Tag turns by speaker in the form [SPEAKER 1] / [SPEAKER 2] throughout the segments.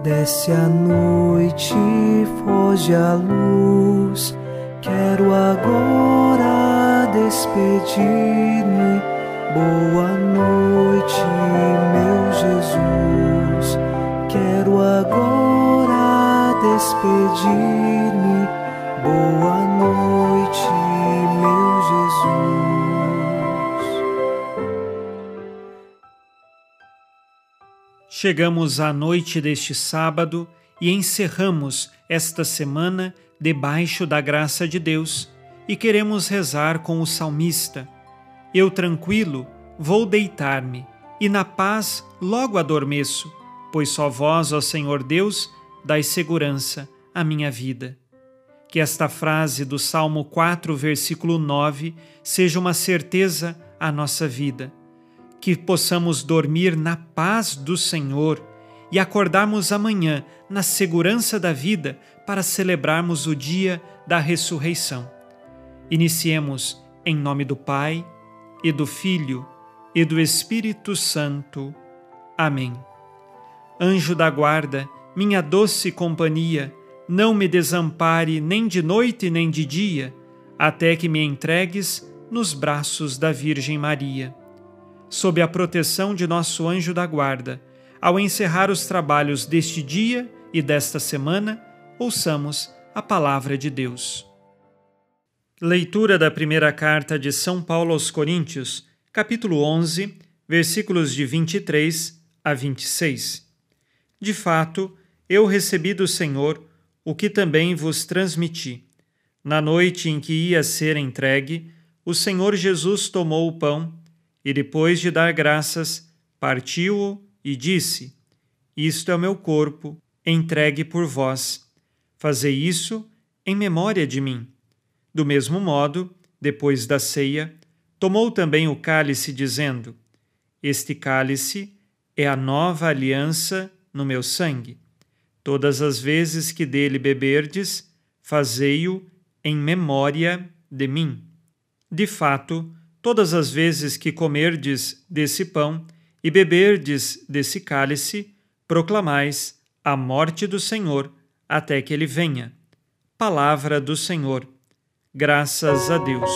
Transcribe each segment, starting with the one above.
[SPEAKER 1] Desce a noite, foge a luz. Quero agora despedir-me. Boa noite, meu Jesus. Quero agora despedir-me. Boa noite, meu Jesus.
[SPEAKER 2] Chegamos à noite deste sábado e encerramos esta semana debaixo da graça de Deus e queremos rezar com o salmista. Eu tranquilo vou deitar-me e na paz logo adormeço, pois só vós, ó Senhor Deus, dais segurança à minha vida. Que esta frase do Salmo 4, versículo 9, seja uma certeza à nossa vida. Que possamos dormir na paz do Senhor e acordarmos amanhã na segurança da vida para celebrarmos o dia da ressurreição. Iniciemos em nome do Pai, e do Filho, e do Espírito Santo. Amém. Anjo da guarda, minha doce companhia, não me desampare nem de noite nem de dia, até que me entregues nos braços da Virgem Maria. Sob a proteção de nosso anjo da guarda, ao encerrar os trabalhos deste dia e desta semana, ouçamos a palavra de Deus. Leitura da primeira carta de São Paulo aos Coríntios, capítulo 11, versículos de 23 a 26. De fato, eu recebi do Senhor o que também vos transmiti. Na noite em que ia ser entregue, o Senhor Jesus tomou o pão e, depois de dar graças, partiu-o e disse: Isto é o meu corpo, entregue por vós. Fazei isso em memória de mim. Do mesmo modo, depois da ceia, tomou também o cálice, dizendo: Este cálice é a nova aliança no meu sangue. Todas as vezes que dele beberdes, fazei-o em memória de mim. De fato, todas as vezes que comerdes desse pão e beberdes desse cálice, proclamais a morte do Senhor até que ele venha. Palavra do Senhor. Graças a Deus.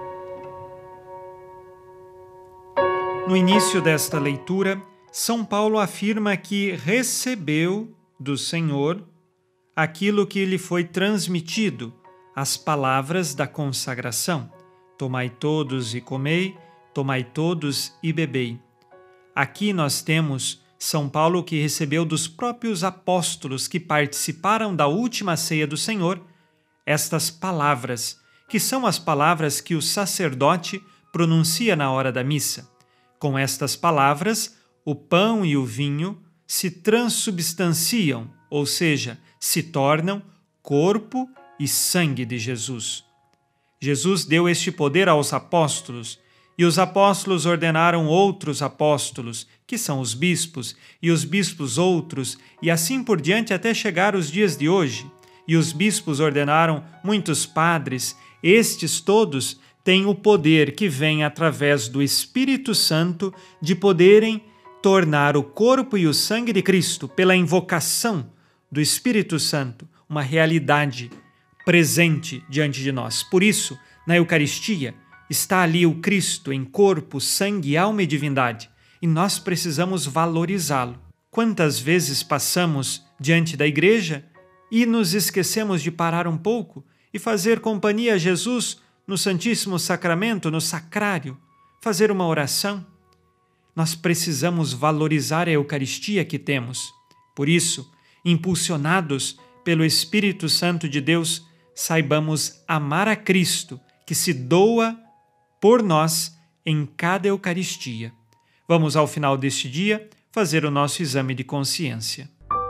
[SPEAKER 2] No início desta leitura, São Paulo afirma que recebeu do Senhor aquilo que lhe foi transmitido, as palavras da consagração. Tomai todos e comei, tomai todos e bebei. Aqui nós temos São Paulo que recebeu dos próprios apóstolos que participaram da última ceia do Senhor estas palavras, que são as palavras que o sacerdote pronuncia na hora da missa. Com estas palavras, o pão e o vinho se transubstanciam, ou seja, se tornam corpo e sangue de Jesus. Jesus deu este poder aos apóstolos, e os apóstolos ordenaram outros apóstolos, que são os bispos, e os bispos outros, e assim por diante até chegar os dias de hoje. E os bispos ordenaram muitos padres. Estes todos têm o poder que vem através do Espírito Santo de poderem tornar o corpo e o sangue de Cristo, pela invocação do Espírito Santo, uma realidade presente diante de nós. Por isso, na Eucaristia, está ali o Cristo em corpo, sangue, alma e divindade, e nós precisamos valorizá-lo. Quantas vezes passamos diante da igreja e nos esquecemos de parar um pouco e fazer companhia a Jesus no Santíssimo Sacramento, no sacrário, fazer uma oração? Nós precisamos valorizar a Eucaristia que temos. Por isso, impulsionados pelo Espírito Santo de Deus, saibamos amar a Cristo, que se doa por nós em cada Eucaristia. Vamos, ao final deste dia, fazer o nosso exame de consciência.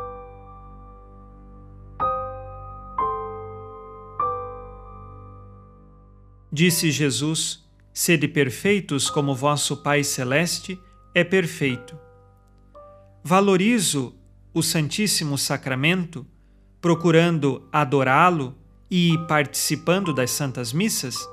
[SPEAKER 2] Disse Jesus: Sede perfeitos como vosso Pai Celeste é perfeito. Valorizo o Santíssimo Sacramento, procurando adorá-lo e participando das Santas Missas?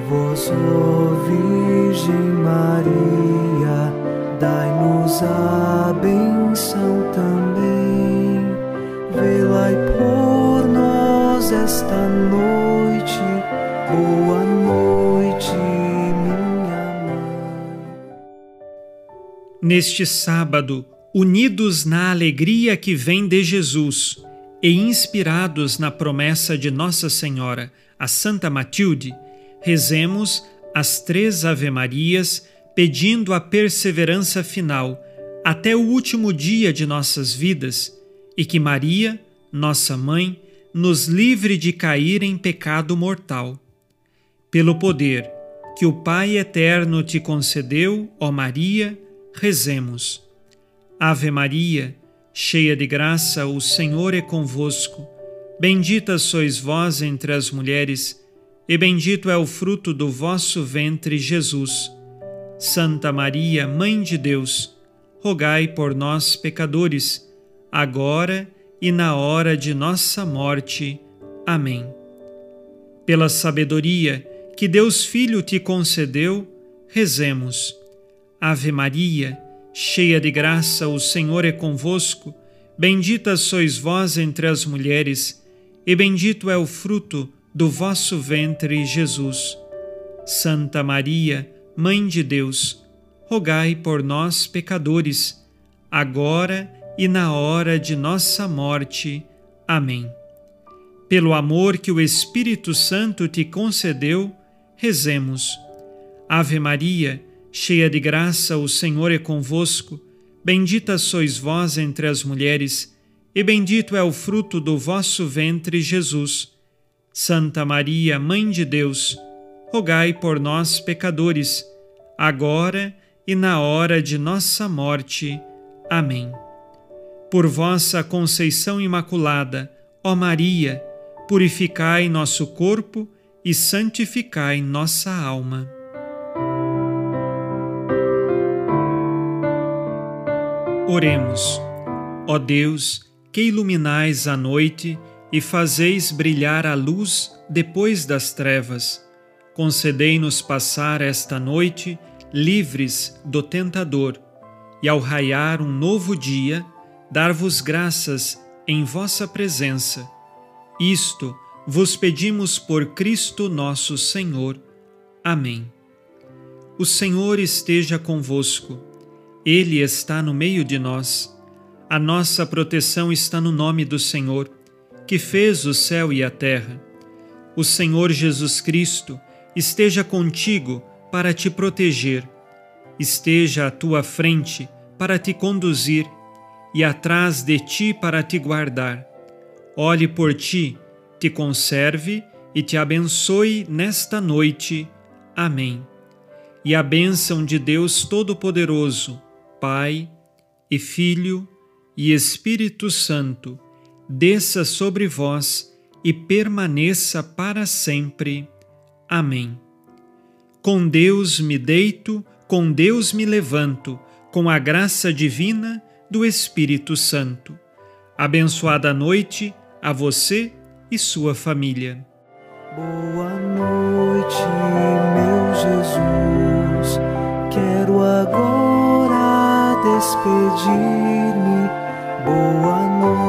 [SPEAKER 1] Vós, ó Virgem Maria, dai-nos a benção também. Velai por nós esta noite. Boa noite, minha mãe.
[SPEAKER 2] Neste sábado, unidos na alegria que vem de Jesus e inspirados na promessa de Nossa Senhora, a Santa Matilde, rezemos as 3 Ave-Marias, pedindo a perseverança final até o último dia de nossas vidas e que Maria, nossa Mãe, nos livre de cair em pecado mortal. Pelo poder que o Pai Eterno te concedeu, ó Maria, rezemos. Ave Maria, cheia de graça, o Senhor é convosco. Bendita sois vós entre as mulheres, e bendito é o fruto do vosso ventre, Jesus. Santa Maria, Mãe de Deus, rogai por nós, pecadores, agora e na hora de nossa morte. Amém. Pela sabedoria que Deus Filho te concedeu, rezemos. Ave Maria, cheia de graça, o Senhor é convosco. Bendita sois vós entre as mulheres, e bendito é o fruto do vosso ventre, Jesus. Santa Maria, Mãe de Deus, rogai por nós, pecadores, agora e na hora de nossa morte. Amém. Pelo amor que o Espírito Santo te concedeu, rezemos. Ave Maria, cheia de graça, o Senhor é convosco. Bendita sois vós entre as mulheres, e bendito é o fruto do vosso ventre, Jesus. Santa Maria, Mãe de Deus, rogai por nós, pecadores, agora e na hora de nossa morte. Amém. Por vossa conceição imaculada, ó Maria, purificai nosso corpo e santificai nossa alma. Oremos. Ó Deus, que iluminais a noite e fazeis brilhar a luz depois das trevas, concedei-nos passar esta noite livres do tentador e, ao raiar um novo dia, dar-vos graças em vossa presença. Isto vos pedimos por Cristo nosso Senhor. Amém. O Senhor esteja convosco. Ele está no meio de nós. A nossa proteção está no nome do Senhor, que fez o céu e a terra. O Senhor Jesus Cristo esteja contigo para te proteger, esteja à tua frente para te conduzir e atrás de ti para te guardar. Olhe por ti, te conserve e te abençoe nesta noite. Amém. E a bênção de Deus Todo-Poderoso, Pai e Filho e Espírito Santo, desça sobre vós e permaneça para sempre. Amém. Com Deus me deito, com Deus me levanto, com a graça divina do Espírito Santo. Abençoada noite a você e sua família.
[SPEAKER 1] Boa noite, meu Jesus. Quero agora despedir-me. Boa noite.